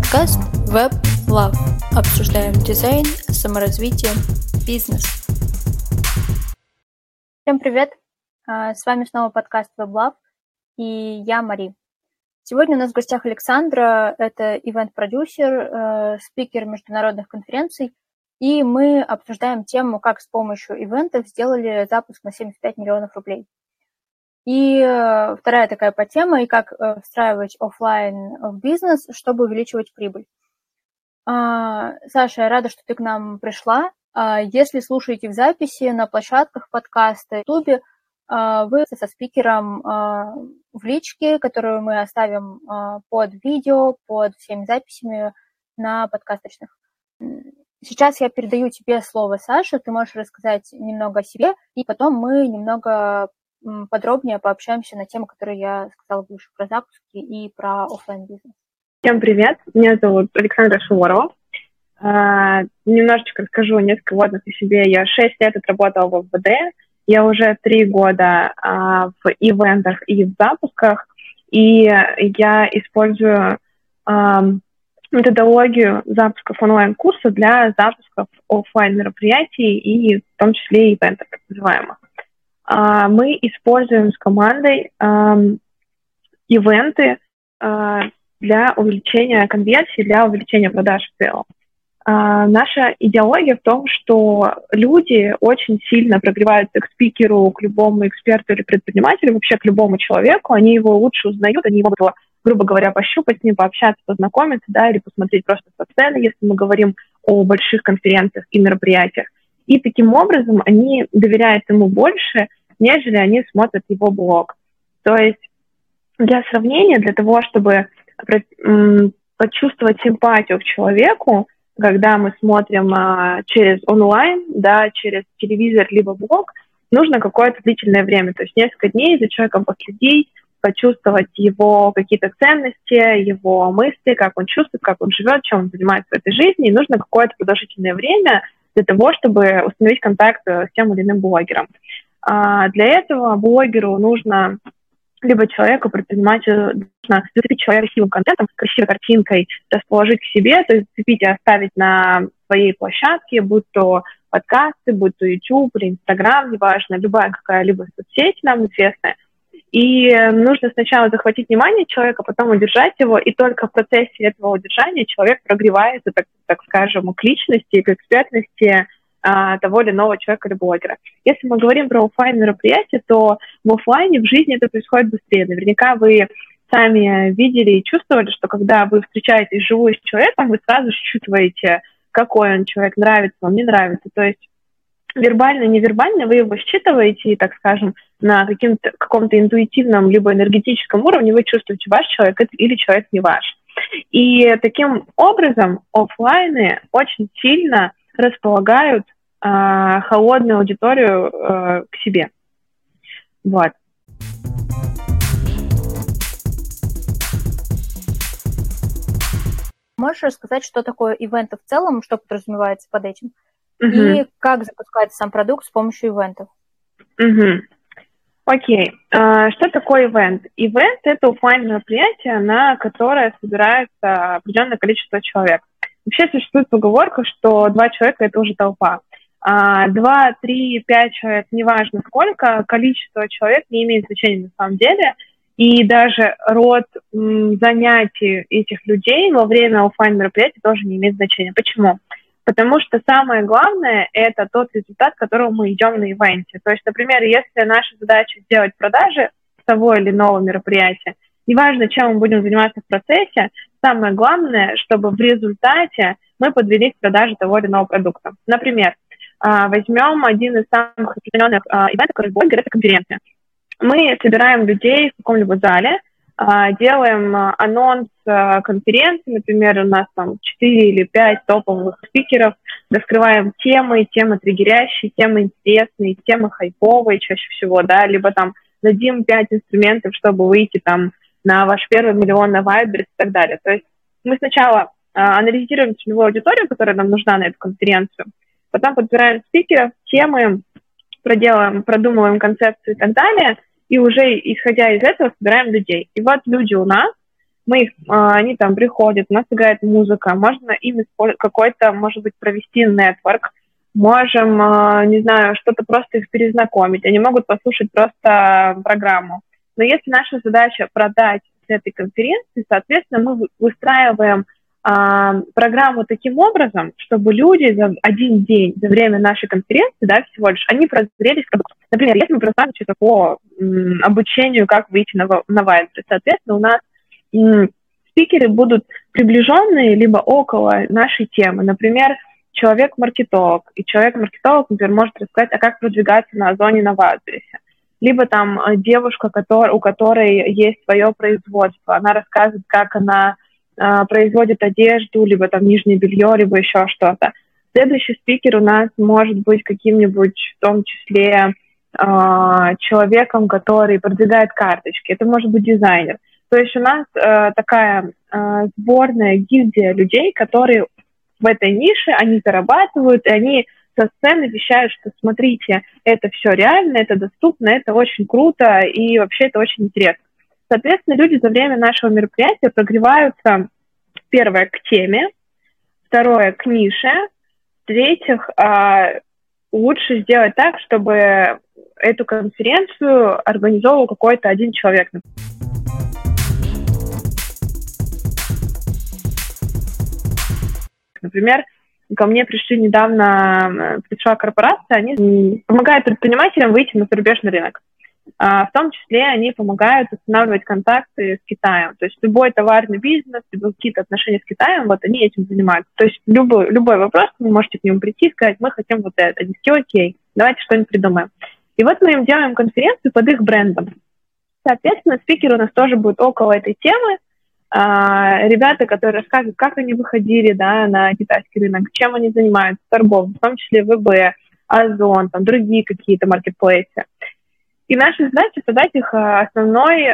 Подкаст Web Love. Обсуждаем дизайн, саморазвитие, бизнес. Всем привет! С вами снова подкаст Web Love и я Мари. Сегодня у нас в гостях Александра, это ивент-продюсер, спикер международных конференций, и мы обсуждаем тему, как с помощью ивентов сделали запуск на 75 миллионов рублей. И вторая такая подтема, и как встраивать офлайн в бизнес, чтобы увеличивать прибыль. Саша, я рада, что ты к нам пришла. Если слушаете в записи на площадках подкаста, в Ютубе, вы со спикером в личке, которую мы оставим под видео, под всеми записями на подкасточных. Сейчас я передаю тебе слово, Саша, ты можешь рассказать немного о себе, и потом мы немного подробнее пообщаемся на тему, которую я сказала выше, про запуски и про офлайн-бизнес. Всем привет, меня зовут Александра Суворова. Немножечко расскажу несколько вводных о себе. Я 6 лет отработала в МВД, я уже 3 года в ивентах и в запусках, и я использую методологию запусков онлайн-курса для запусков офлайн-мероприятий и в том числе ивентов, так называемых. Мы используем с командой ивенты для увеличения конверсии, для увеличения продаж в целом. Наша идеология в том, что люди очень сильно прогреваются к спикеру, к любому эксперту или предпринимателю, вообще к любому человеку. Они его лучше узнают, они могут его, грубо говоря, пощупать с ним, пообщаться, познакомиться, да, или посмотреть просто со сцены, если мы говорим о больших конференциях и мероприятиях. И таким образом они доверяют ему больше, нежели они смотрят его блог. То есть для сравнения, для того, чтобы почувствовать симпатию к человеку, когда мы смотрим через онлайн, да, через телевизор либо блог, нужно какое-то длительное время, то есть несколько дней за человеком последить, почувствовать его какие-то ценности, его мысли, как он чувствует, как он живет, чем он занимается в этой жизни, и нужно какое-то продолжительное время для того, чтобы установить контакт с тем или иным блогером. Для этого блогеру нужно, либо человеку, предпринимателю, нужно зацепить человека красивым контентом, красивой картинкой, расположить к себе, то есть зацепить и оставить на своей площадке, будь то подкасты, будь то YouTube или Instagram, неважно, любая какая-либо соцсеть нам известная. И нужно сначала захватить внимание человека, потом удержать его, и только в процессе этого удержания человек прогревается, так скажем, к личности, к экспертности того или иного человека или блогера. Если мы говорим про офлайн мероприятия, то в офлайне в жизни это происходит быстрее. Наверняка вы сами видели и чувствовали, что когда вы встречаетесь вживую с человеком, вы сразу чувствуете, какой он человек, нравится вам, не нравится. То есть вербально, невербально вы его считываете, и, так скажем, на каком-то интуитивном либо энергетическом уровне вы чувствуете, ваш человек это или человек не ваш. И таким образом офлайны очень сильно располагают холодную аудиторию к себе. Вот. Можешь рассказать, что такое ивенты в целом, что подразумевается под этим, и как запускать сам продукт с помощью ивентов? Окей. Что такое ивент? Ивент – это офлайн мероприятие, на которое собирается определенное количество человек. Вообще существует поговорка, что 2 человека – это уже толпа. 2, 3, 5 человек, неважно сколько, количество человек не имеет значения на самом деле. И даже род занятий этих людей во время офлайн мероприятия тоже не имеет значения. Почему? Потому что самое главное – это тот результат, к которому мы идем на ивенте. То есть, например, если наша задача сделать продажи того или иного мероприятия, неважно, чем мы будем заниматься в процессе, самое главное, чтобы в результате мы подвели к продаже того или иного продукта. Например, возьмем один из самых распространенных ивентов, который блогер, это конференция. Мы собираем людей в каком-либо зале, делаем анонс конференции, например, у нас там 4 или 5 топовых спикеров, раскрываем темы триггерящие, темы интересные, темы хайповые чаще всего, да, либо там дадим 5 инструментов, чтобы выйти там на ваш первый миллион на Вайберс и так далее. То есть мы сначала анализируем целевую аудиторию, которая нам нужна на эту конференцию, потом подбираем спикеров, темы, продумываем концепцию и так далее, и уже исходя из этого собираем людей. И вот люди у нас они там приходят, у нас играет музыка, можно им какой-то, может быть, провести нетворк, можем, не знаю, что-то просто их перезнакомить, они могут послушать просто программу. Но если наша задача продать с этой конференции, соответственно, мы выстраиваем программу таким образом, чтобы люди за один день, за время нашей конференции, да, всего лишь, они прозрелись. Например, если мы представим что-то по обучению, как выйти на Wildberries, соответственно, у нас спикеры будут приближенные либо около нашей темы. Например, человек-маркетолог. И человек-маркетолог, например, может рассказать, а как продвигаться на Озоне на Wildberries. Либо там девушка, у которой есть свое производство, она рассказывает, как она производит одежду, либо там нижнее белье, либо еще что-то. Следующий спикер у нас может быть каким-нибудь, в том числе, человеком, который продвигает карточки. Это может быть дизайнер. То есть у нас такая сборная гильдия людей, которые в этой нише, они зарабатывают, и они со сцены вещают, что смотрите, это все реально, это доступно, это очень круто, и вообще это очень интересно. Соответственно, люди за время нашего мероприятия прогреваются, первое, к теме, второе, к нише, в-третьих, лучше сделать так, чтобы эту конференцию организовывал какой-то один человек. Например, ко мне пришла корпорация, они помогают предпринимателям выйти на зарубежный рынок. В том числе они помогают устанавливать контакты с Китаем. То есть любой товарный бизнес, либо какие-то отношения с Китаем, вот они этим занимаются. То есть любой вопрос, вы можете к нему прийти и сказать, мы хотим вот это. Они такие, окей, давайте что-нибудь придумаем. И вот мы им делаем конференцию под их брендом. Соответственно, спикеры у нас тоже будут около этой темы. Ребята, которые рассказывают, как они выходили, да, на китайский рынок, чем они занимаются, торговлей, в том числе ВБ, Озон, там, другие какие-то маркетплейсы. И наша задача продать их основной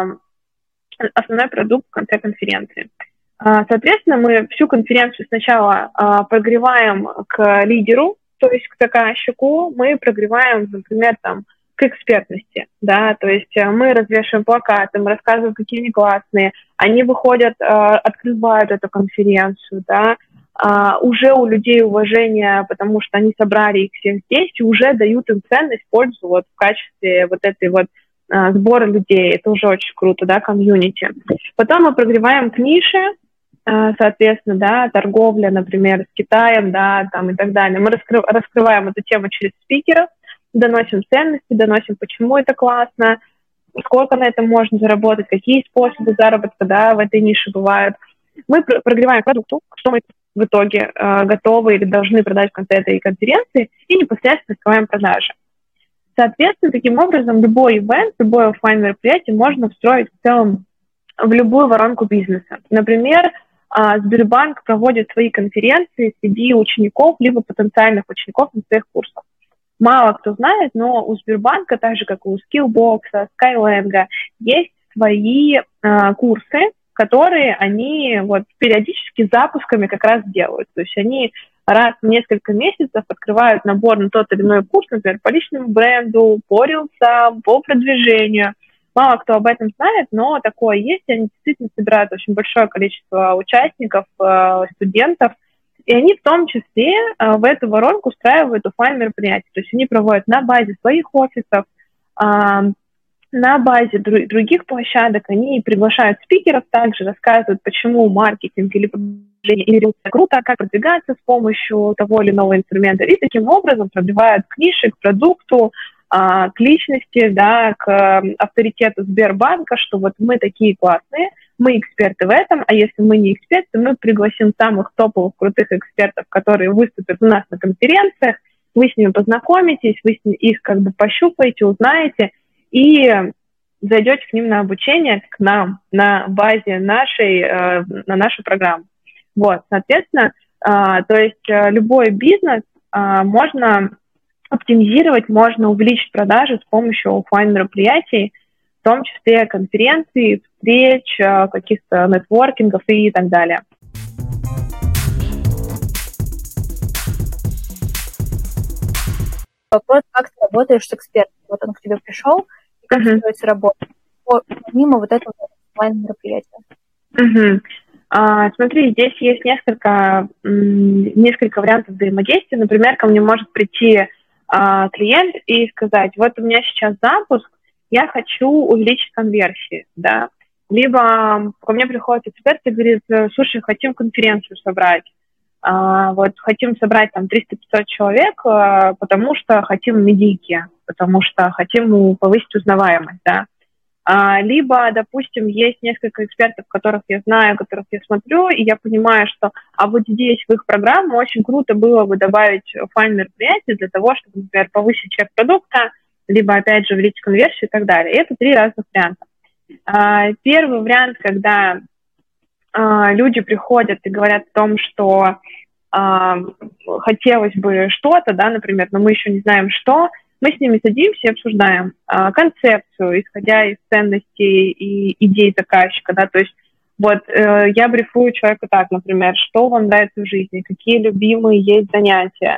продукт в конце конференции. Соответственно, мы всю конференцию сначала прогреваем к лидеру, то есть к заказчику, мы прогреваем, например, там, к экспертности, да, то есть мы развешиваем плакаты, мы рассказываем, какие они классные, они выходят, открывают эту конференцию, да, уже у людей уважение, потому что они собрали их всех здесь и уже дают им ценность, пользу вот в качестве вот этой вот сбора людей. Это уже очень круто, да, комьюнити. Потом мы прогреваем к нише, соответственно, да, торговля, например, с Китаем, да, там и так далее. Мы раскрываем эту тему через спикеров, доносим ценности, доносим, почему это классно, сколько на этом можно заработать, какие способы заработка, да, в этой нише бывают. Мы прогреваем к продукту, что мы в итоге готовы или должны продать в конце этой конференции, и непосредственно открываем продажи. Соответственно, таким образом, любой ивент, любое офлайн мероприятие можно встроить в целом в любую воронку бизнеса. Например, Сбербанк проводит свои конференции среди учеников, либо потенциальных учеников на своих курсах. Мало кто знает, но у Сбербанка, так же, как и у Skillbox, Skylang, есть свои курсы, которые они вот периодически запусками как раз делают. То есть они раз в несколько месяцев открывают набор на тот или иной курс, например, по личному бренду, по рилсам, по продвижению. Мало кто об этом знает, но такое есть, и они действительно собирают очень большое количество участников, студентов, и они в том числе в эту воронку устраивают офлайн мероприятия. То есть они проводят на базе своих офисов, на базе других площадок, они приглашают спикеров также, рассказывают, почему маркетинг или продвижение круто, как продвигаться с помощью того или иного инструмента. И таким образом пробивают к нише, к продукту, к личности, да, к авторитету Сбербанка, что вот мы такие классные, мы эксперты в этом, а если мы не эксперты, мы пригласим самых топовых крутых экспертов, которые выступят у нас на конференциях, вы с ними познакомитесь, вы их как бы пощупаете, узнаете, и зайдете к ним на обучение, к нам, на базе нашей, на нашу программу. Вот, соответственно, то есть любой бизнес можно оптимизировать, можно увеличить продажи с помощью офлайн-мероприятий, в том числе конференций, встреч, каких-то нетворкингов и так далее. Вопрос, как ты работаешь с экспертом? Вот он к тебе пришел, и как строится работа, помимо вот этого онлайн-мероприятия? Угу. Смотри, здесь есть несколько вариантов взаимодействия. Например, ко мне может прийти клиент и сказать: вот у меня сейчас запуск, я хочу увеличить конверсии, да. Либо ко мне приходит эксперт и говорит: слушай, хотим конференцию собрать. Вот хотим собрать там 300-500 человек, потому что хотим медийки, потому что хотим повысить узнаваемость, да. Либо, допустим, есть несколько экспертов, которых я знаю, которых я смотрю, и я понимаю, что вот здесь в их программу очень круто было бы добавить оффлайн мероприятие для того, чтобы, например, повысить чек продукта, либо, опять же, увеличить конверсию и так далее. И это 3 разных варианта. Первый вариант, когда люди приходят и говорят о том, что хотелось бы что-то, да, например, но мы еще не знаем, что, мы с ними садимся и обсуждаем концепцию, исходя из ценностей и идей заказчика, да, то есть вот я брифую человека так, например, что вам нравится в жизни, какие любимые есть занятия,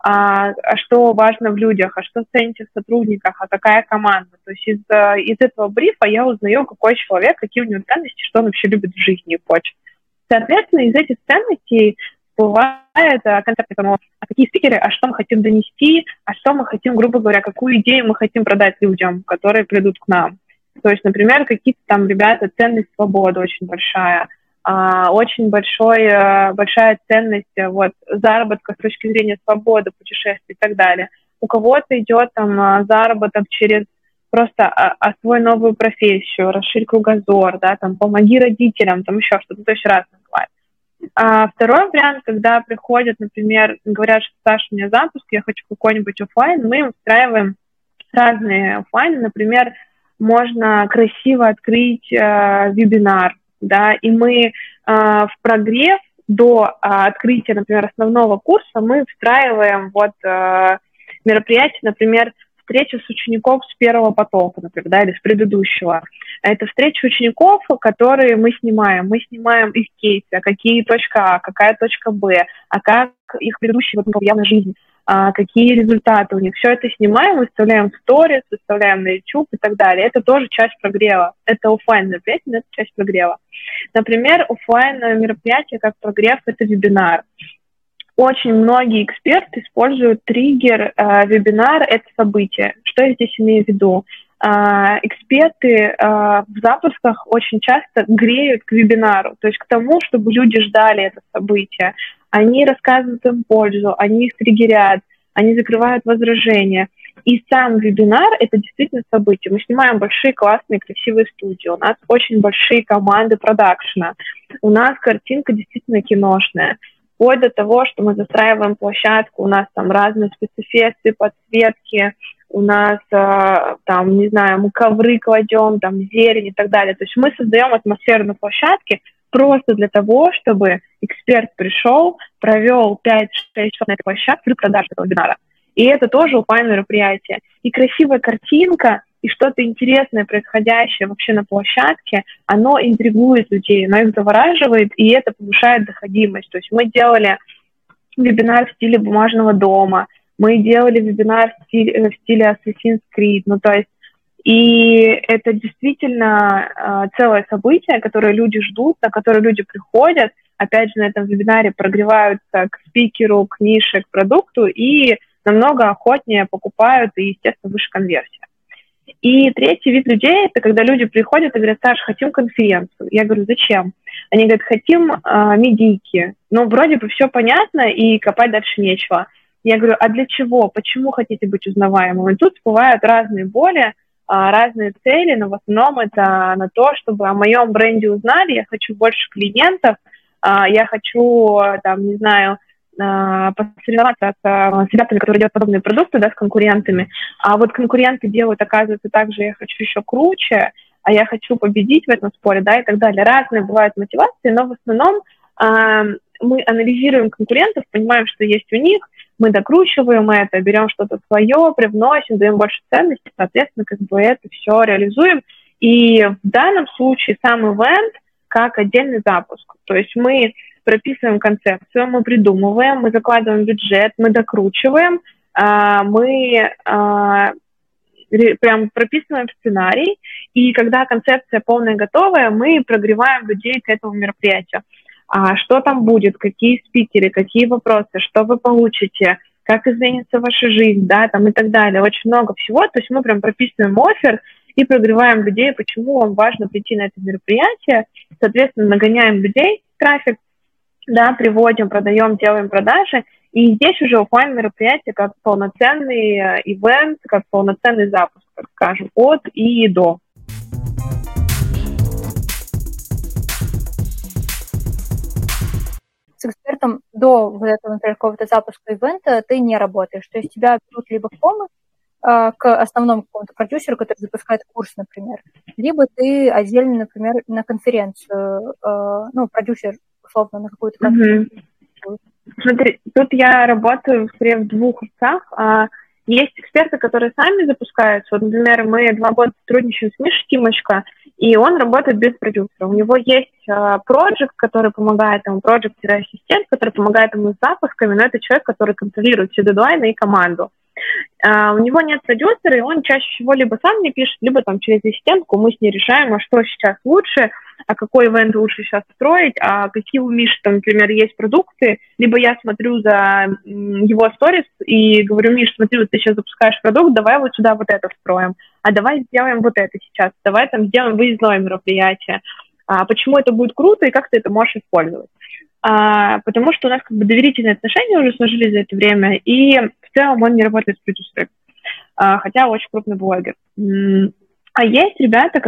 что важно в людях, что цените в сотрудниках, какая команда. То есть из этого брифа я узнаю, какой человек, какие у него ценности, что он вообще любит в жизни и хочет. Соответственно, из этих ценностей бывает концепция, какие спикеры, что мы хотим донести, что мы хотим, грубо говоря, какую идею мы хотим продать людям, которые придут к нам. То есть, например, какие-то там ребята, ценность свободы очень большая, очень большая ценность заработка с точки зрения свободы, путешествий и так далее. У кого-то идет там заработок через просто освой новую профессию, расширь кругозор, да, там помоги родителям, там еще что-то, то есть разное бывает. Второй вариант, когда приходят, например, говорят, что Саша, у меня запуск, я хочу какой-нибудь офлайн, мы устраиваем разные офлайны, например, можно красиво открыть вебинар, да, и мы в прогрев до открытия, например, основного курса мы встраиваем мероприятие, например, встреча с учеников с первого потока, например, да, или с предыдущего. Это встреча учеников, которые мы снимаем. Мы снимаем их кейсы, какие точка А, какая точка Б, как их предыдущий повлиял на жизнь, какие результаты у них. Все это снимаем, выставляем в сторис, выставляем на YouTube и так далее. Это тоже часть прогрева. Это офлайн мероприятие, но это часть прогрева. Например, офлайн мероприятие как прогрев – это вебинар. Очень многие эксперты используют триггер вебинар – это событие. Что я здесь имею в виду? Эксперты в запусках очень часто греют к вебинару, то есть к тому, чтобы люди ждали это событие. Они рассказывают им пользу, они их триггерят, они закрывают возражения. И сам вебинар – это действительно событие. Мы снимаем большие, классные, красивые студии, у нас очень большие команды продакшена, у нас картинка действительно киношная. Вплоть до того, что мы застраиваем площадку, у нас там разные спецэффекты, подсветки, у нас там, не знаю, мы ковры кладем, там зелень и так далее. То есть мы создаем атмосферу на площадке просто для того, чтобы эксперт пришел, провел 5-6 часов на этой площадке при продаже этого вебинара. И это тоже офлайн мероприятие. И красивая картинка, и что-то интересное, происходящее вообще на площадке, оно интригует людей, оно их завораживает, и это повышает доходимость. То есть мы делали вебинар в стиле бумажного дома, мы делали вебинар в стиле Assassin's Creed, то есть, и это действительно целое событие, которое люди ждут, на которое люди приходят, опять же, на этом вебинаре прогреваются к спикеру, к нише, к продукту, и намного охотнее покупают, и, естественно, выше конверсия. И третий вид людей – это когда люди приходят и говорят: Саш, хотим конференцию. Я говорю: зачем? Они говорят: хотим медийки. Вроде бы все понятно, и копать дальше нечего. Я говорю: а для чего? Почему хотите быть узнаваемым? И тут всплывают разные боли, разные цели, но в основном это на то, чтобы о моем бренде узнали, я хочу больше клиентов, я хочу, там, не знаю, посоревноваться с ребятами, которые делают подобные продукты, да, с конкурентами. А вот конкуренты делают, оказывается, так же, я хочу еще круче, а я хочу победить в этом споре, да, и так далее. Разные бывают мотивации, но в основном мы анализируем конкурентов, понимаем, что есть у них, мы докручиваем это, берем что-то свое, привносим, даем больше ценностей, соответственно, это все реализуем. И в данном случае сам ивент как отдельный запуск. То есть мы прописываем концепцию, мы придумываем, мы закладываем бюджет, мы докручиваем, мы прям прописываем сценарий, и когда концепция полная готовая, мы прогреваем людей к этому мероприятию. Что там будет, какие спикеры, какие вопросы, что вы получите, как изменится ваша жизнь, да, там и так далее. Очень много всего. То есть мы прям прописываем оффер и прогреваем людей, почему вам важно прийти на это мероприятие. Соответственно, нагоняем людей, трафик, да, приводим, продаем, делаем продажи. И здесь уже офлайн мероприятие как полноценный ивент, как полноценный запуск, так скажем, от и до. С экспертом до вот этого, например, какого-то запуска ивента ты не работаешь. То есть тебя берут либо в помощь к основному какому-то продюсеру, который запускает курс, например, либо ты отдельно, например, на конференцию, продюсер, условно, на какую-то конференцию. Смотри, тут я работаю скорее в двух местах. Есть эксперты, которые сами запускаются. Вот, например, мы 2 года сотрудничаем с Мишей Тимочко, и он работает без продюсера. У него есть проект, который помогает ему, проект-ассистент, который помогает ему с запусками, но это человек, который контролирует все дедлайны и команду. У него нет продюсера, и он чаще всего либо сам мне пишет, либо там через ассистентку мы с ней решаем, а что сейчас лучше, а какой ивент лучше сейчас строить, а какие у Миши, там, например, есть продукты, либо я смотрю за его сторис и говорю: Миш, смотри, вот ты сейчас запускаешь продукт, давай вот сюда вот это встроим, а давай сделаем вот это сейчас, давай там сделаем выездное мероприятие, почему это будет круто и как ты это можешь использовать. Потому что у нас как бы доверительные отношения уже сложились за это время, и в целом он не работает с продюсером, хотя очень крупный блогер. А есть ребята,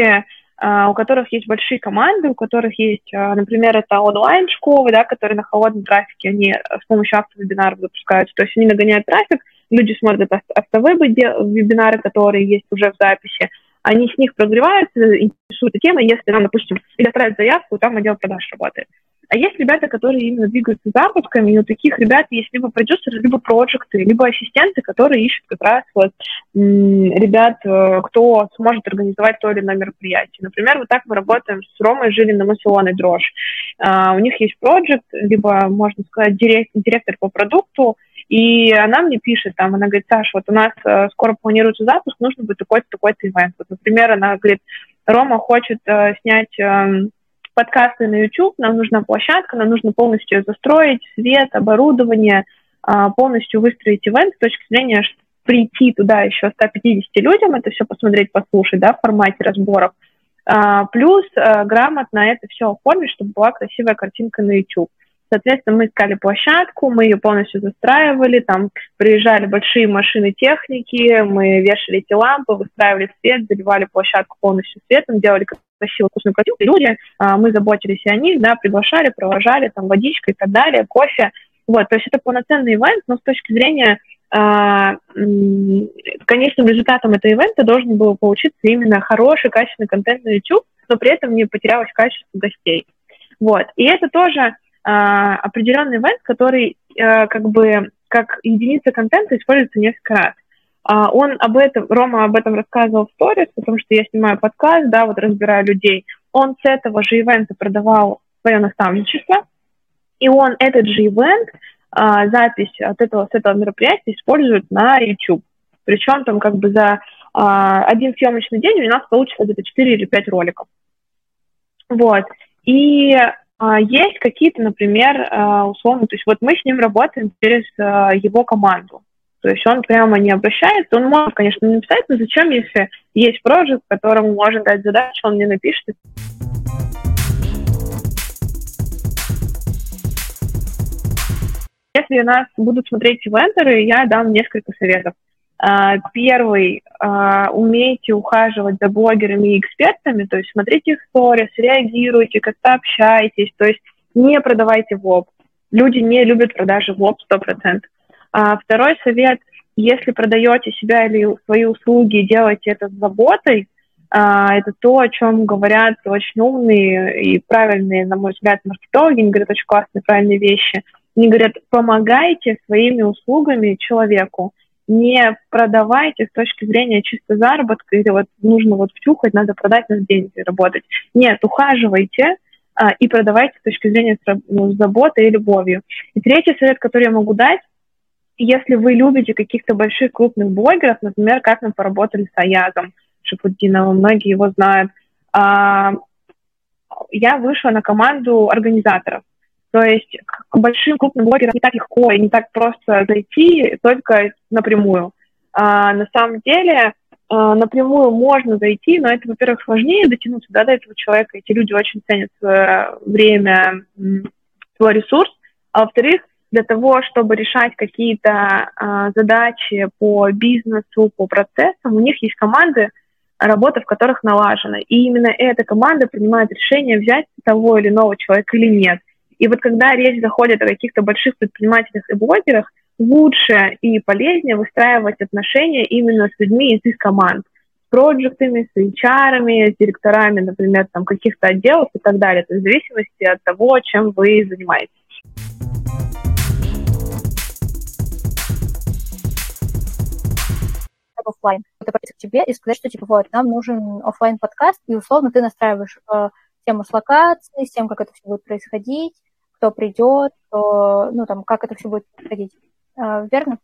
у которых есть большие команды, у которых есть, например, это онлайн-школы, да, которые на холодном трафике, они с помощью автовебинаров запускаются, то есть они нагоняют трафик, люди смотрят автовебинары, которые есть уже в записи, они с них прогреваются, интересуют темы, если нам, допустим, или отправить заявку, там отдел продаж работает. А есть ребята, которые именно двигаются запусками, и у таких ребят есть либо продюсеры, либо проекты, либо ассистенты, которые ищут как раз вот ребят, кто сможет организовать то или иное мероприятие. Например, вот так мы работаем с Ромой Жилиным и Силоной Дрожь. У них есть проект, либо, можно сказать, директор по продукту, и она мне пишет, там, она говорит: Саша, вот у нас скоро планируется запуск, нужно будет такой-то, такой-то ивент. Вот, например, она говорит: Рома хочет снять подкасты на YouTube, нам нужна площадка, нам нужно полностью ее застроить, свет, оборудование, полностью выстроить ивент с точки зрения, что прийти туда еще 150 людям, это все посмотреть, послушать, да, в формате разборов, плюс грамотно это все оформить, чтобы была красивая картинка на YouTube. Соответственно, мы искали площадку, мы ее полностью застраивали, там приезжали большие машины техники, мы вешали эти лампы, выстраивали свет, заливали площадку полностью светом, делали красивую вкусную картинку, и люди, мы заботились и о них, да, приглашали, провожали, там, водичка и так далее, кофе. Вот, то есть это полноценный ивент, но с точки зрения конечным результатом этого ивента должен был получиться именно хороший, качественный контент на YouTube, но при этом не потерялось качество гостей. Вот, и это тоже определенный ивент, который как единица контента используется несколько раз. Рома об этом рассказывал в сторис, потому что я снимаю подкаст, да, вот разбираю людей. Он с этого же ивента продавал свое наставничество, и он этот же ивент, запись с этого мероприятия использует на YouTube. Причем там как бы за один съемочный день у нас получится где-то 4 или 5 роликов. Вот. И есть какие-то, например, условно, то есть вот мы с ним работаем через его команду. То есть он прямо не обращается, он может, конечно, написать, но зачем, если есть проект, которому можно дать задачу, он мне напишет. Если нас будут смотреть ивентеры, я дам несколько советов. Первый, умейте ухаживать за блогерами и экспертами, то есть смотрите их сторис, реагируйте, как-то общайтесь, то есть не продавайте в лоб. Люди не любят продажи в лоб 100%. Второй совет, если продаете себя или свои услуги, делайте это с заботой. Это то, о чем говорят очень умные и правильные, на мой взгляд, маркетологи, они говорят очень классные, правильные вещи. Они говорят: помогайте своими услугами человеку. Не продавайте с точки зрения чисто заработка, или вот нужно вот втюхать, надо продать, на деньги работать. Нет, ухаживайте и продавайте с точки зрения заботы и любовью. И третий совет, который я могу дать, если вы любите каких-то больших крупных блогеров, например, как мы поработали с Аязом Шафутдиновым, многие его знают, я вышла на команду организаторов. То есть к большим крупным блогерам не так легко и не так просто зайти только напрямую. На самом деле напрямую можно зайти, но это, во-первых, сложнее дотянуться до этого человека. Эти люди очень ценят свое время, свой ресурс. А во-вторых, для того, чтобы решать какие-то задачи по бизнесу, по процессам, у них есть команды, работа в которых налажена. И именно эта команда принимает решение, взять того или иного человека или нет. И вот когда речь заходит о каких-то больших предпринимателях и блогерах, лучше и полезнее выстраивать отношения именно с людьми из их команд, с проектами, с HR-ами, с директорами, например, там, каких-то отделов и так далее, то есть в зависимости от того, чем вы занимаетесь. Оффлайн. Обратиться к тебе и сказать, что типа вот, нам нужен офлайн подкаст, и условно ты настраиваешь тему с локацией, с тем, как это все будет происходить, кто придет, кто, ну там, как это все будет происходить. Верно?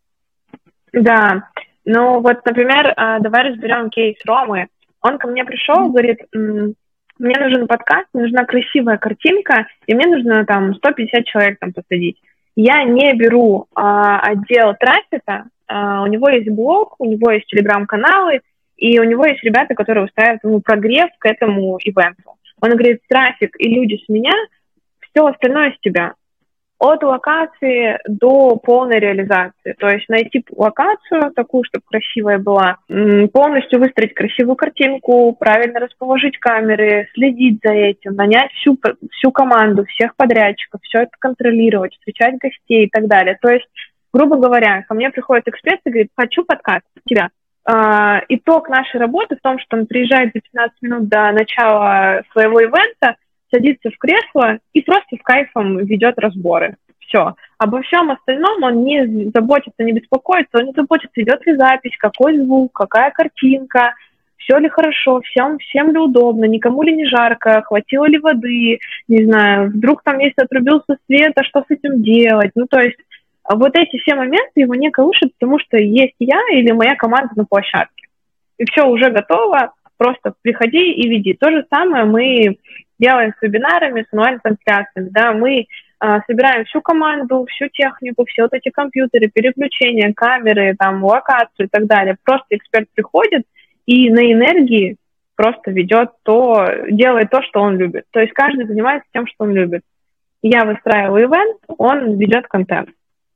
Да. Ну вот, например, давай разберем кейс Ромы. Он ко мне пришел, говорит, мне нужен подкаст, мне нужна красивая картинка, и мне нужно там 150 человек там посадить. Я не беру отдел трафика, у него есть блог, у него есть телеграм-каналы, и у него есть ребята, которые устраивают ему прогрев к этому ивенту. Он говорит, трафик и люди с меня, все остальное с тебя. От локации до полной реализации. То есть найти локацию такую, чтобы красивая была, полностью выстроить красивую картинку, правильно расположить камеры, следить за этим, нанять всю команду, всех подрядчиков, все это контролировать, встречать гостей и так далее. То есть, грубо говоря, ко мне приходит эксперт и говорит, хочу подкаст тебя. Итог нашей работы в том, что он приезжает за 15 минут до начала своего ивента, садится в кресло и просто с кайфом ведет разборы. Все. Обо всем остальном он не заботится, не беспокоится, он не заботится, идет ли запись, какой звук, какая картинка, все ли хорошо, всем ли удобно, никому ли не жарко, хватило ли воды, не знаю, вдруг там если отрубился свет, а что с этим делать? Ну, то есть вот эти все моменты его не колышут, потому что есть я или моя команда на площадке. И все уже готово, просто приходи и веди. То же самое мы делаем с вебинарами, с онлайн-трансляциями, да, мы собираем всю команду, всю технику, все вот эти компьютеры, переключения, камеры, там, локацию и так далее. Просто эксперт приходит и на энергии просто делает то, что он любит. То есть каждый занимается тем, что он любит. Я выстраиваю ивент, он ведет контент.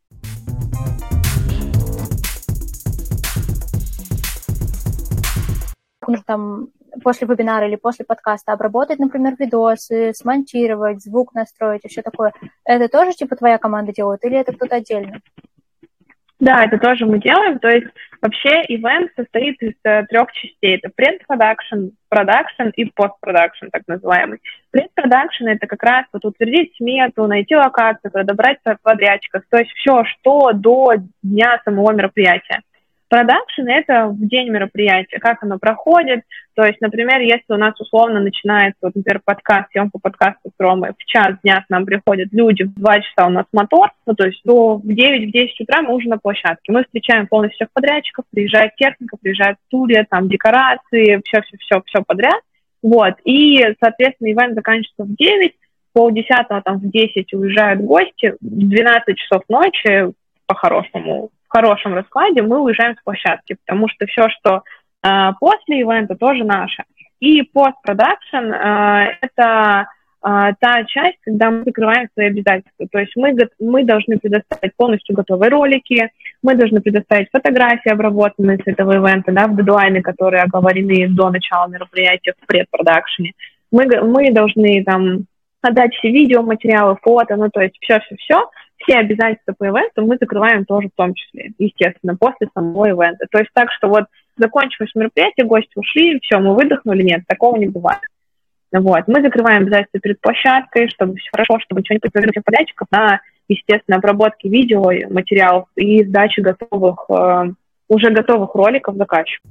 Нужно там после вебинара или после подкаста обработать, например, видосы, смонтировать, звук настроить и все такое. Это тоже типа твоя команда делает или это кто-то отдельно? Да, это тоже мы делаем. То есть вообще ивент состоит из 3 частей. Это предпродакшн, продакшн и постпродакшн, так называемый. Предпродакшн — это как раз вот утвердить смету, найти локацию, подобрать подрядчиков. То есть все, что до дня самого мероприятия. Продакшн — это в день мероприятия, как оно проходит. То есть, например, если у нас условно начинается, вот, например, съемка подкаста с Ромой, в час дня к нам приходят люди, в 2 часа у нас мотор, ну, то есть в 9-10 утра мы уже на площадке. Мы встречаем полностью всех подрядчиков, приезжает техника, приезжает студия, там, декорации, все подряд. Вот, и, соответственно, ивент заканчивается в 9, полдесятого, там, в 10 уезжают гости, в 12 часов ночи, по-хорошему, в хорошем раскладе мы уезжаем с площадки, потому что все, что после ивента, тоже наше. И постпродакшн это та часть, когда мы закрываем свои обязательства. То есть мы должны предоставить полностью готовые ролики, мы должны предоставить фотографии, обработанные с этого ивента, да, в дедлайны, которые оговорены до начала мероприятия в предпродакшне. Мы должны там отдать все видеоматериалы, фото, ну то есть все обязательства по ивенту мы закрываем тоже в том числе, естественно, после самого ивента. То есть так, что вот закончилось мероприятие, гости ушли, все, мы выдохнули, нет, такого не бывает. Вот. Мы закрываем обязательства перед площадкой, чтобы все хорошо, чтобы ничего не потеряли всех подрядчиков на, естественно, обработке видео, материалов и сдачи уже готовых роликов заказчику.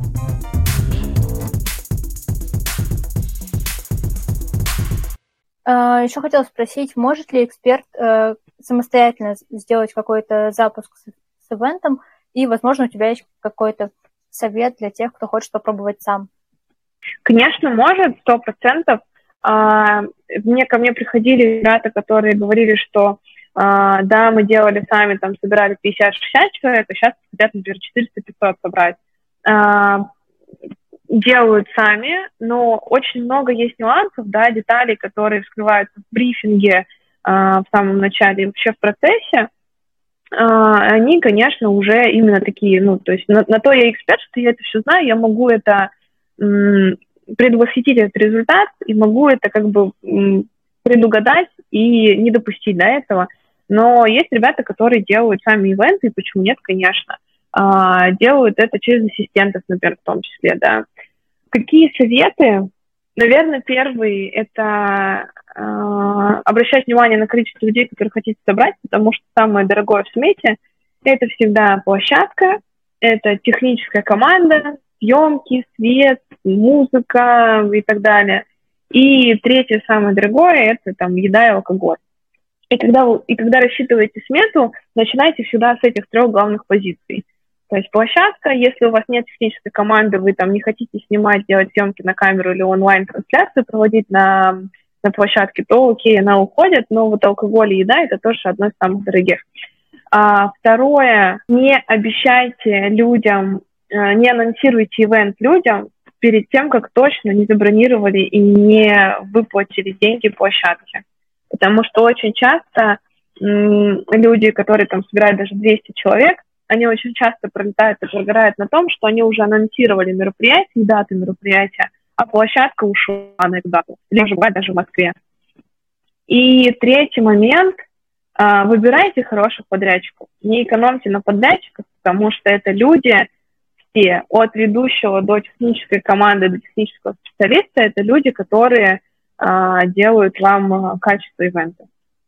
Еще хотела спросить, может ли эксперт самостоятельно сделать какой-то запуск с ивентом, и, возможно, у тебя есть какой-то совет для тех, кто хочет попробовать сам. Конечно, может, 100%. Ко мне приходили ребята, которые говорили, что да, мы делали сами, там, собирали 50-60 человек, а сейчас хотят, например, 400-500 собрать. Делают сами, но очень много есть нюансов, да, деталей, которые вскрываются в брифинге в самом начале и вообще в процессе. Они, конечно, уже именно такие, ну, то есть на то я эксперт, что я это все знаю, я могу это предвосхитить этот результат и могу это как бы предугадать и не допустить до этого. Но есть ребята, которые делают сами ивенты, и почему нет, конечно. Делают это через ассистентов, например, в том числе, да. Какие советы? Наверное, первый – это обращать внимание на количество людей, которые хотите собрать, потому что самое дорогое в смете – это всегда площадка, это техническая команда, съемки, свет, музыка и так далее. И третье, самое дорогое – это там еда и алкоголь. И когда рассчитываете смету, начинайте всегда с этих 3 главных позиций. То есть площадка, если у вас нет технической команды, вы там не хотите снимать, делать съемки на камеру или онлайн-трансляцию проводить на площадке, то окей, она уходит, но вот алкоголь и еда – это тоже одно из самых дорогих. Второе, не обещайте людям, не анонсируйте ивент людям перед тем, как точно не забронировали и не выплатили деньги площадке. Потому что очень часто люди, которые там собирают даже 200 человек, они очень часто пролетают и прогорают на том, что они уже анонсировали мероприятие, даты мероприятия, а площадка ушла на эту дату. Или уже бывает даже в Москве. И третий момент. Выбирайте хороших подрядчиков. Не экономьте на подрядчиках, потому что это люди все, от ведущего до технической команды, до технического специалиста, это люди, которые делают вам качество ивента.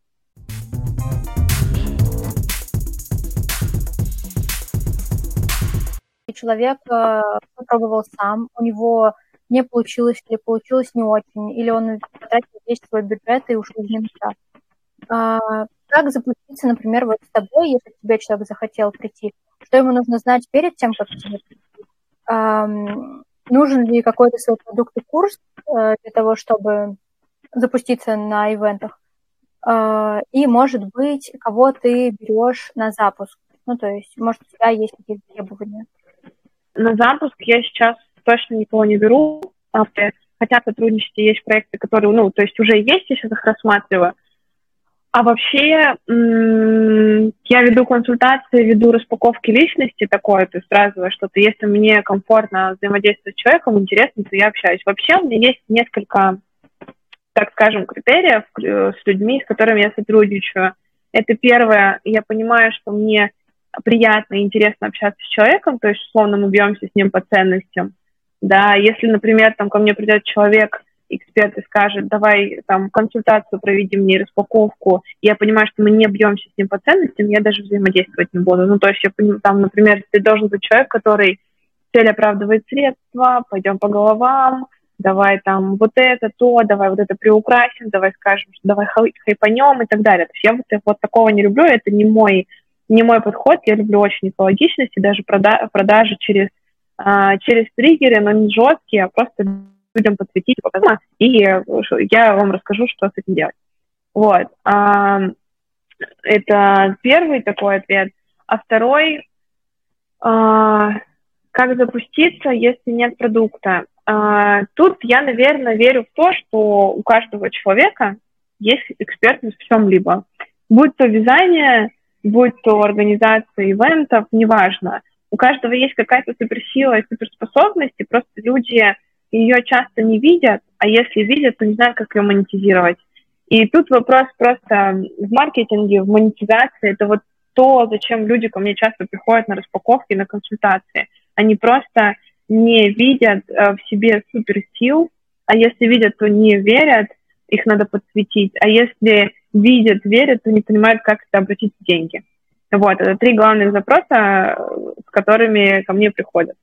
Человек попробовал сам, у него не получилось или получилось не очень, или он потратил весь свой бюджет и ушел в минуса. Как запуститься, например, вот с тобой, если к тебе человек захотел прийти? Что ему нужно знать перед тем, как к тебе прийти? Нужен ли какой-то свой продукт и курс для того, чтобы запуститься на ивентах? И, может быть, кого ты берешь на запуск? Ну, то есть, может, у тебя есть какие-то требования? На запуск я сейчас точно никого не беру, хотя сотрудничать есть проекты, которые, ну, то есть уже есть, я сейчас их рассматриваю. А вообще я веду консультации, веду распаковки личности такое, то есть сразу что-то, если мне комфортно взаимодействовать с человеком, интересно, то я общаюсь. Вообще у меня есть несколько, так скажем, критериев с людьми, с которыми я сотрудничаю. Это первое, я понимаю, что мне приятно и интересно общаться с человеком, то есть, условно, мы бьемся с ним по ценностям. Да, если, например, там ко мне придет человек, эксперт, и скажет, давай там консультацию проведи мне, распаковку, и я понимаю, что мы не бьемся с ним по ценностям, я даже взаимодействовать не буду. Ну, то есть, я понимаю, там, например, ты должен быть человек, который цель оправдывает средства, пойдем по головам, давай там вот это, то, давай вот это приукрасим, давай скажем, что давай хайпанем и так далее. То есть я вот такого не люблю, это не мой подход, я люблю очень экологичность и даже продажи через триггеры, но не жесткие, а просто людям подсветить, показать, и я вам расскажу, что с этим делать. Вот. Это первый такой ответ. А второй, как запуститься, если нет продукта? Тут я, наверное, верю в то, что у каждого человека есть экспертность в чем-либо. Будь то вязание, будь то организация ивентов, неважно. У каждого есть какая-то суперсила и суперспособность, и просто люди ее часто не видят, а если видят, то не знают, как ее монетизировать. И тут вопрос просто в маркетинге, в монетизации. Это вот то, зачем люди ко мне часто приходят на распаковки, на консультации. Они просто не видят в себе суперсил, а если видят, то не верят, их надо подсветить. А если видят, верят, то не понимают, как это обратить в деньги. Вот, это 3 главных запроса, с которыми ко мне приходят.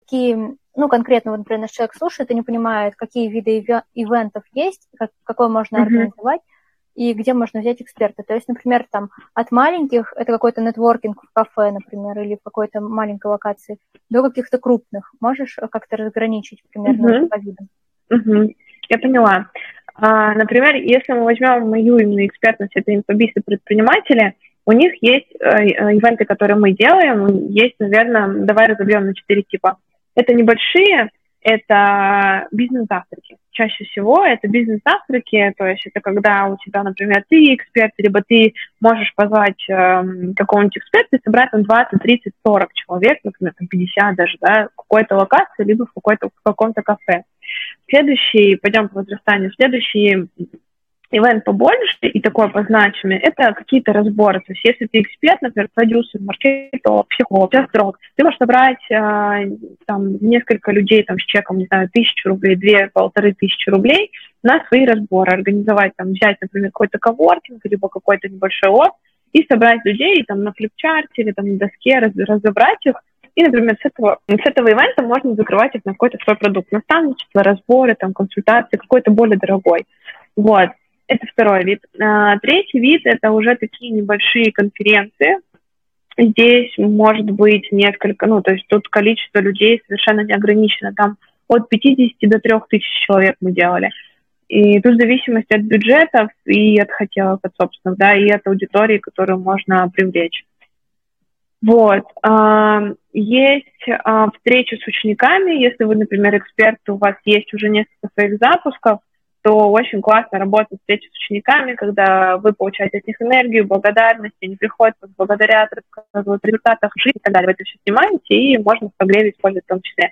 какие, ну, конкретно, вот, например, наш человек слушает и не понимает, какие виды ивентов есть, какой можно организовать, и где можно взять эксперта. То есть, например, там от маленьких, это какой-то нетворкинг в кафе, например, или в какой-то маленькой локации, до каких-то крупных. Можешь как-то разграничить примерно по видам? Я поняла. Например, если мы возьмем мою именно экспертность, это инфобиз и предприниматели, у них есть ивенты, которые мы делаем, есть, наверное, давай разобьем на 4 типа. Это небольшие, это бизнес-завтраки. Чаще всего это бизнес-завтраки, то есть это когда у тебя, например, ты эксперт, либо ты можешь позвать какого-нибудь эксперта и собрать там 20, 30, 40 человек, например, там 50 даже, да, в какой-то локации, либо в каком-то кафе. Следующий, пойдем по возрастанию, следующий ивент побольше и такой позначенный, это какие-то разборы. То есть если ты эксперт, например, продюсер, маркетолог, психолог, астролог, ты можешь собрать там несколько людей там, с чеком, не знаю, 1000 рублей, 2500 рублей на свои разборы, организовать, там, взять, например, какой-то коворкинг, либо какой-то небольшой офис и собрать людей там на флипчарте или там на доске, разобрать их. И, например, с этого ивента можно закрывать их на какой-то свой продукт. Наставничество, разборы, там, консультации, какой-то более дорогой. Вот. Это второй вид. Третий вид – это уже такие небольшие конференции. Здесь может быть несколько, ну, то есть тут количество людей совершенно не ограничено. Там от 50 до 3000 человек мы делали. И тут в зависимости от бюджетов и от хотелок, от собственных, да, и от аудитории, которую можно привлечь. Вот. Есть встречи с учениками. Если вы, например, эксперт, у вас есть уже несколько своих запусков, то очень классно работать встречи с учениками, когда вы получаете от них энергию, благодарность, они приходят, вас благодарят, рассказывают о результатах жизни и так далее. Вы это все снимаете, и можно в прогреве использовать в том числе.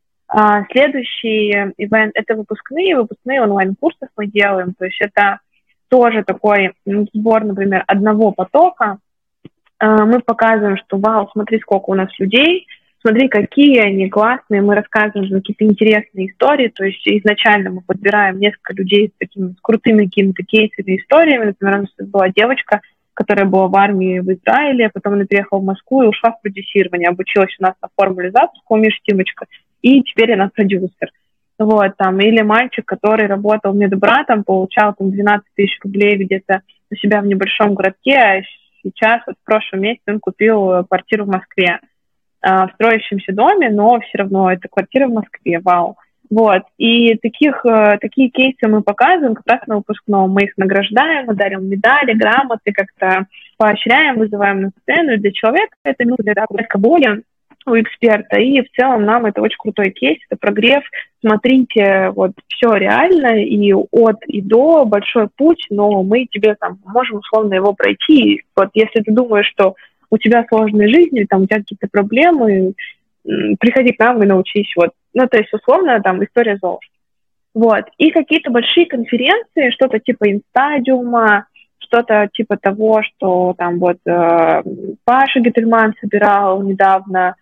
Следующий ивент – это выпускные онлайн-курсов мы делаем. То есть это тоже такой сбор, например, одного потока. Мы показываем, что вау, смотри, сколько у нас людей, смотри, какие они классные, мы рассказываем какие-то интересные истории, то есть изначально мы подбираем несколько людей с такими крутыми какими-то кейсами, историями. Например, у нас была девочка, которая была в армии в Израиле, потом она переехала в Москву и ушла в продюсирование, обучилась у нас на формуле запуска у Миши Тимочка, и теперь она продюсер. Вот, там, или мальчик, который работал медбратом, получал там 12 тысяч рублей где-то у себя в небольшом городке, а сейчас, вот в прошлом месяце он купил квартиру в Москве, в строящемся доме, но все равно это квартира в Москве, вау. Вот, и такие кейсы мы показываем как раз на выпускном. Мы их награждаем, мы дарим медали, грамоты, как-то поощряем, вызываем на сцену. И для человека это несколько боли у эксперта, и в целом нам это очень крутой кейс, это прогрев. Смотрите, вот все реально, и от и до большой путь, но мы тебе там можем условно его пройти. Вот если ты думаешь, что у тебя сложная жизнь, или там у тебя какие-то проблемы, приходи к нам и научись. Вот. Ну, то есть, условно, там, история Золушки. Вот. И какие-то большие конференции, что-то типа Инстадиума, что-то типа того, что там вот Паша Гительман собирал недавно,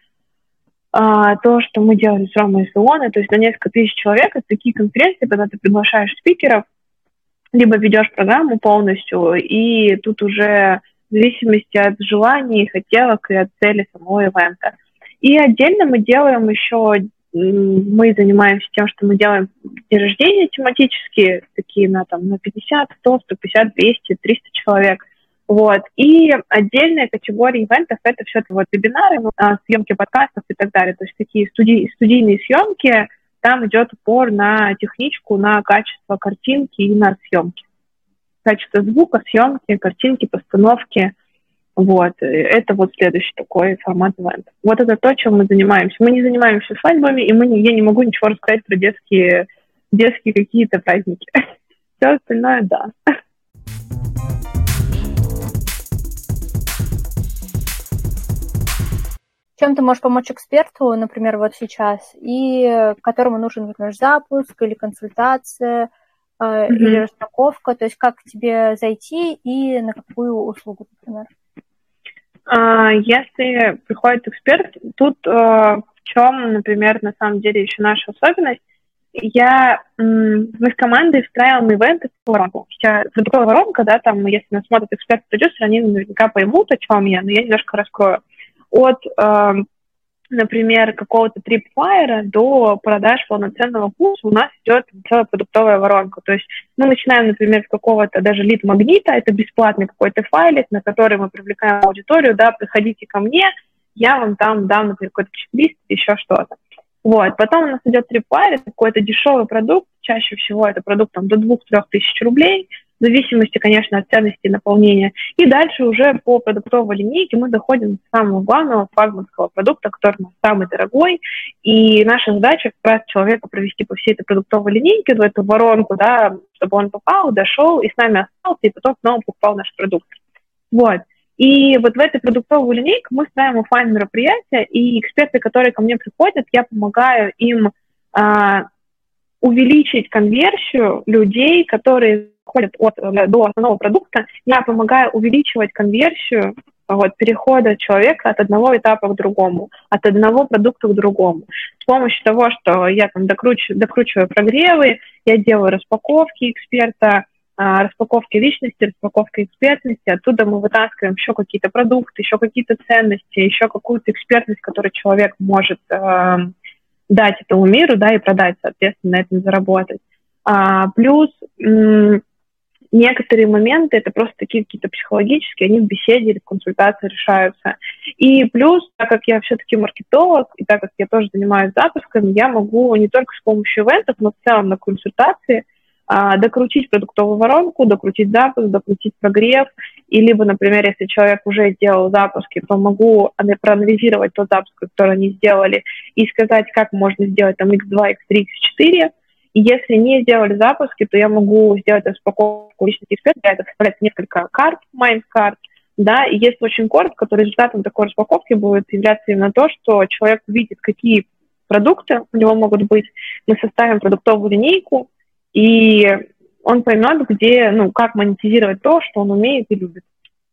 то, что мы делали с Ромой и Сионой, то есть на несколько тысяч человек, это такие конференции, когда ты приглашаешь спикеров, либо ведешь программу полностью, и тут уже в зависимости от желаний, хотелок и от цели самого ивента. И отдельно мы делаем еще, мы занимаемся тем, что мы делаем дни рождения тематические, такие на 50, 100, 150, 200, 300 человек. Вот. И отдельная категория ивентов – это все-таки вот вебинары, съемки подкастов и так далее. То есть такие студийные съемки, там идет упор на техничку, на качество картинки и на съемки. Качество звука, съемки, картинки, постановки. Вот. Это вот следующий такой формат ивента. Вот это то, чем мы занимаемся. Мы не занимаемся свадьбами, и я не могу ничего рассказать про детские какие-то праздники. Все остальное – да. Чем ты можешь помочь эксперту, например, вот сейчас, и которому нужен, например, запуск или консультация, или распаковка, то есть как к тебе зайти и на какую услугу, например? Если приходит эксперт, тут в чем, например, на самом деле еще наша особенность, мы с командой встраиваем ивенты в воронку. Такая воронка, да, там, если нас смотрят эксперт-продюсер, они наверняка поймут, о чем я, но я немножко раскрою. От например, какого-то трипвайра до продаж полноценного курса у нас идет целая продуктовая воронка. То есть мы начинаем, например, с какого-то даже лид-магнита, это бесплатный какой-то файлик, на который мы привлекаем аудиторию, да, приходите ко мне, я вам там дам, например, какой-то чек-лист, еще что-то. Вот. Потом у нас идет трипвайр, это какой-то дешевый продукт, чаще всего это продукт там, до 2-3 тысяч рублей, в зависимости, конечно, от ценности и наполнения. И дальше уже по продуктовой линейке мы доходим до самого главного флагманского продукта, который у нас самый дорогой. И наша задача как раз человека провести по всей этой продуктовой линейке, в эту воронку, да, чтобы он попал, дошел и с нами остался, и потом снова покупал наш продукт. Вот. И вот в этой продуктовую линейку мы ставим офлайн мероприятия, и эксперты, которые ко мне приходят, я помогаю им увеличить конверсию людей, которые ходят до основного продукта. Я помогаю увеличивать конверсию перехода человека от одного этапа к другому, от одного продукта к другому. С помощью того, что я там докручиваю прогревы, я делаю распаковки эксперта, распаковки личности, распаковки экспертности, оттуда мы вытаскиваем еще какие-то продукты, еще какие-то ценности, еще какую-то экспертность, которую человек может дать этому миру, да, и продать, соответственно, на этом заработать. Плюс некоторые моменты, это просто такие какие-то психологические, они в беседе или в консультации решаются. И плюс, так как я все-таки маркетолог, и так как я тоже занимаюсь запусками, я могу не только с помощью ивентов, но в целом на консультации докрутить продуктовую воронку, докрутить запуск, докрутить прогрев, и либо, например, если человек уже сделал запуски, то могу проанализировать тот запуск, который они сделали, и сказать, как можно сделать там X2, X3, X4. И если не сделали запуски, то я могу сделать распаковку личности эксперта, это составляет несколько карт, майнд-карт, да, и если очень коротко, то результатом такой распаковки будет являться именно то, что человек увидит, какие продукты у него могут быть, мы составим продуктовую линейку, и он поймет, где, как монетизировать то, что он умеет и любит.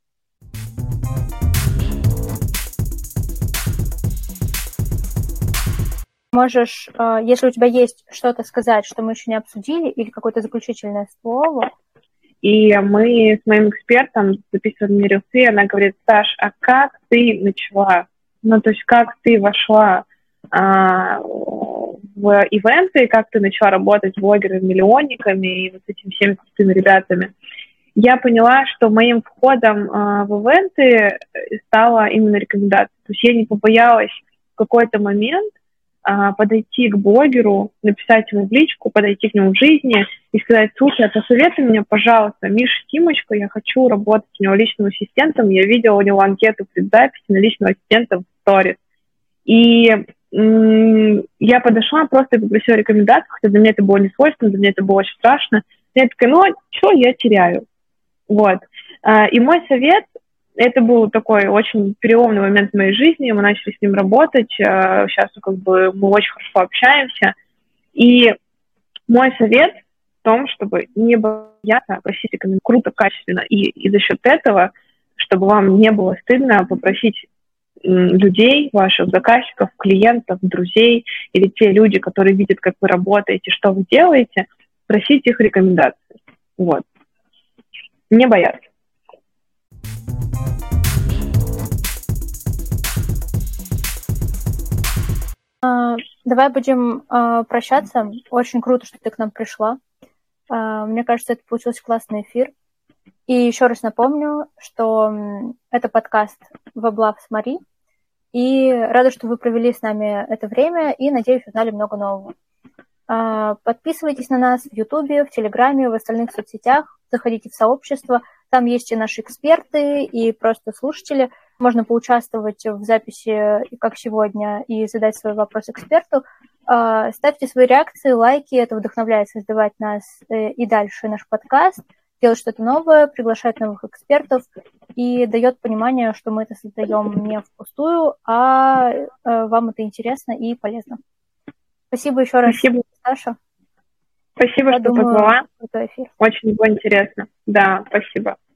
Можешь, если у тебя есть что-то сказать, что мы еще не обсудили, или какое-то заключительное слово. И мы с моим экспертом записывали мне рилсы, она говорит: Саш, а как ты начала? То есть как ты вошла в ивенты, как ты начала работать с блогерами-миллионниками и вот этими всеми крутыми ребятами. Я поняла, что моим входом в ивенты стала именно рекомендация. То есть я не побоялась в какой-то момент подойти к блогеру, написать ему в личку, подойти к нему в жизни и сказать: слушай, посоветуй меня, пожалуйста, Миша Тимочка, я хочу работать у него личным ассистентом. Я видела у него анкету предзаписи на личного ассистента в сторис. И я подошла, просто попросила рекомендацию, хотя для меня это было не свойственно, для меня это было очень страшно. Я такая: что я теряю? Вот. И мой совет, это был такой очень переломный момент в моей жизни, мы начали с ним работать, сейчас мы очень хорошо общаемся. И мой совет в том, чтобы не бояться просить рекомендацию круто, качественно, и за счет этого, чтобы вам не было стыдно попросить людей, ваших заказчиков, клиентов, друзей или те люди, которые видят, как вы работаете, что вы делаете, просить их рекомендаций. Вот. Не бояться. Давай будем прощаться. Очень круто, что ты к нам пришла. Мне кажется, это получился классный эфир. И еще раз напомню, что это подкаст «Воблав с Мари». И рада, что вы провели с нами это время и, надеюсь, узнали много нового. Подписывайтесь на нас в Ютубе, в Телеграме, в остальных соцсетях. Заходите в сообщество. Там есть и наши эксперты, и просто слушатели. Можно поучаствовать в записи, как сегодня, и задать свой вопрос эксперту. Ставьте свои реакции, лайки. Это вдохновляет создавать нас и дальше наш подкаст, делать что-то новое, приглашать новых экспертов и дает понимание, что мы это создаем не впустую, а вам это интересно и полезно. Спасибо еще раз, Саша. Спасибо, что позвала. Очень было интересно. Да, спасибо.